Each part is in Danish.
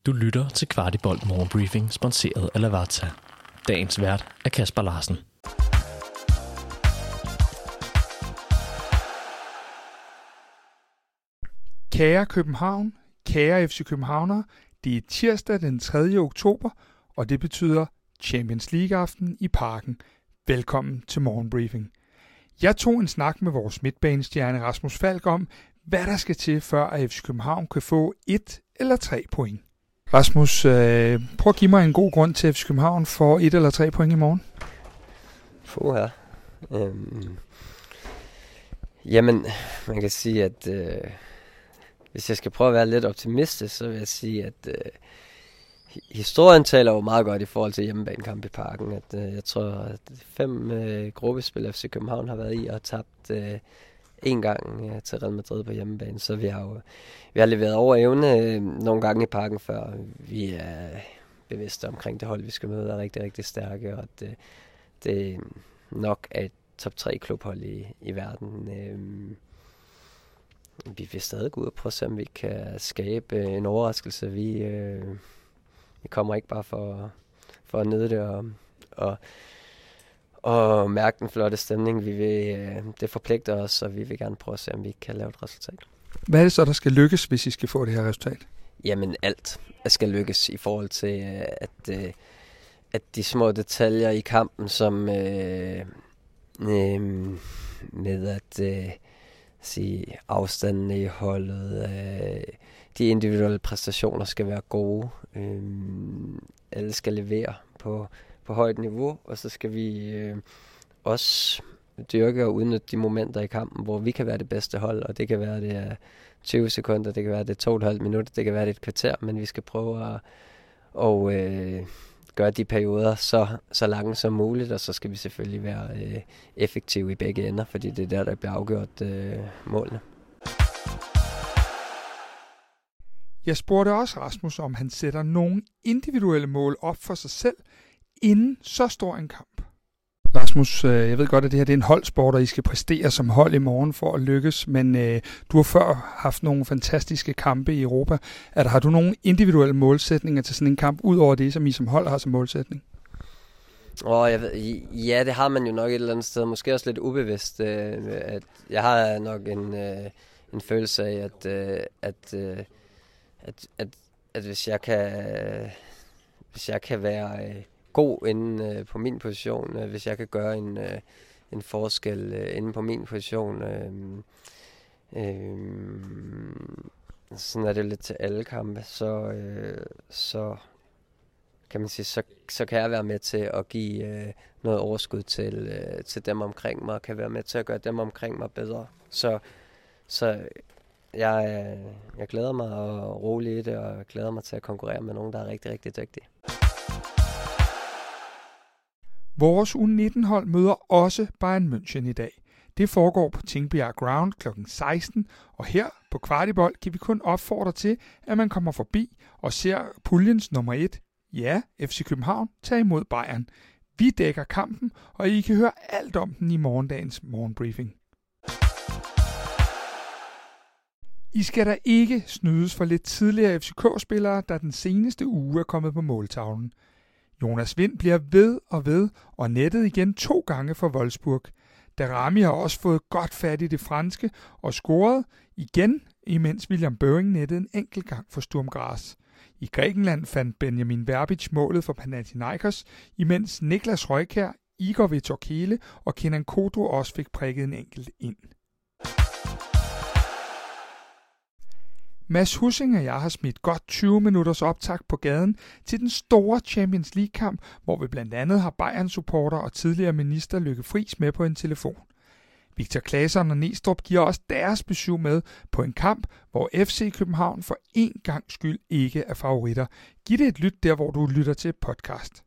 Du lytter til Kvartibolt Morgenbriefing, sponsoreret af Lavazza. Dagens vært er Kasper Larsen. Kære København, kære FC Københavnere, det er tirsdag den 3. oktober, og det betyder Champions League-aften i Parken. Velkommen til Morgenbriefing. Jeg tog en snak med vores midtbanestjerne Rasmus Falk om, hvad der skal til, før at FC København kan få 1 eller 3 point. Rasmus, prøv at give mig en god grund til, at FC København får 1 eller 3 point i morgen. Jamen, man kan sige, at hvis jeg skal prøve at være lidt optimistisk, så vil jeg sige, at historien taler jo meget godt i forhold til hjemmebanekamp i Parken. At, jeg tror, at 5 gruppespil FC København har været i og tabt en gang til Real Madrid på hjemmebane. Så vi har leveret over evne nogle gange i Parken før. Vi er bevidste omkring det hold, vi skal møde, er rigtig, rigtig stærke. Og det nok er et top 3 klubhold i verden. Vi vil stadig gå ud og prøve at se, om vi kan skabe en overraskelse. Vi kommer ikke bare for at nyde det og mærke den flotte stemning. Det forpligter os, og vi vil gerne prøve at se, om vi kan lave et resultat. Hvad er det så, der skal lykkes, hvis I skal få det her resultat? Jamen alt skal lykkes i forhold til, at de små detaljer i kampen, som med at sige afstanden i holdet, de individuelle præstationer skal være gode. Alle skal levere på højt niveau, og så skal vi også dyrke og udnytte de momenter i kampen, hvor vi kan være det bedste hold, og det kan være det er 20 sekunder, det kan være det er 2,5 minutter, det kan være det et kvarter, men vi skal prøve at gøre de perioder så lange som muligt, og så skal vi selvfølgelig være effektive i begge ender, fordi det er der bliver afgjort målene. Jeg spurgte også Rasmus, om han sætter nogle individuelle mål op for sig selv, inden så stor en kamp. Rasmus, jeg ved godt, at det her det er en holdsport, og I skal præstere som hold i morgen for at lykkes, men du har før haft nogle fantastiske kampe i Europa. Har du nogle individuelle målsætninger til sådan en kamp, ud over det, som I som hold har som målsætning? Ja, det har man jo nok et eller andet sted. Måske også lidt ubevidst. At jeg har nok en følelse af, at hvis jeg kan være god inde på min position, hvis jeg kan gøre en forskel inde på min position, sådan er det lidt til alle kampe, så kan man sige, så kan jeg være med til at give noget overskud til dem omkring mig, og kan være med til at gøre dem omkring mig bedre. Så jeg glæder mig og rolig i det, og glæder mig til at konkurrere med nogen, der er rigtig, rigtig dygtige. Vores U19-hold møder også Bayern München i dag. Det foregår på Tingbjerg Ground kl. 16, og her på Kvartibolt kan vi kun opfordre til, at man kommer forbi og ser puljens nummer 1. Ja, FC København tager imod Bayern. Vi dækker kampen, og I kan høre alt om den i morgendagens morgenbriefing. I skal da ikke snydes for lidt tidligere FCK-spillere, der den seneste uge er kommet på måltavlen. Jonas Wind bliver ved og nettet igen 2 gange for Wolfsburg. Darami har også fået godt fat i det franske og scoret igen, imens William Bøving nettede en enkelt gang for Sturm Graz. I Grækenland fandt Benjamin Verbic målet for Panathinaikos, imens Niklas Røjkjær, Igor Vitorkele og Kenan Kodro også fik prikket en enkelt ind. Mads Hussing og jeg har smidt godt 20 minutters optakt på gaden til den store Champions League-kamp, hvor vi blandt andet har Bayern-supporter og tidligere minister Lykke Friis med på en telefon. Victor Claesson og Næstrup giver også deres besøg med på en kamp, hvor FC København for en gang skyld ikke er favoritter. Giv det et lyt der, hvor du lytter til podcast.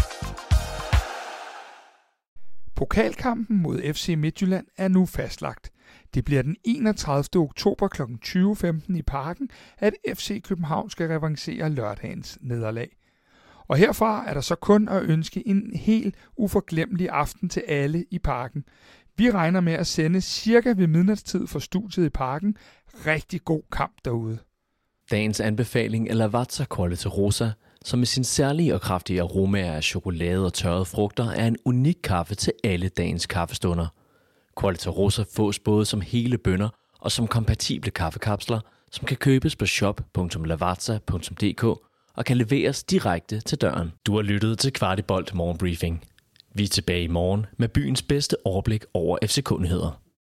Pokalkampen mod FC Midtjylland er nu fastlagt. Det bliver den 31. oktober kl. 20.15 i Parken, at FC København skal revancere lørdagens nederlag. Og herfra er der så kun at ønske en helt uforglemmelig aften til alle i Parken. Vi regner med at sende cirka ved midnatstid fra studiet i Parken. Rigtig god kamp derude. Dagens anbefaling er Lavazza Quality Rosa, som med sin særlige og kraftige aromaer af chokolade og tørrede frugter er en unik kaffe til alle dagens kaffestunder. Quality Rosa fås både som hele bønner og som kompatible kaffekapsler, som kan købes på shop.lavazza.dk og kan leveres direkte til døren. Du har lyttet til Kvartibolt Morgenbriefing. Vi er tilbage i morgen med byens bedste overblik over FCK-nyheder.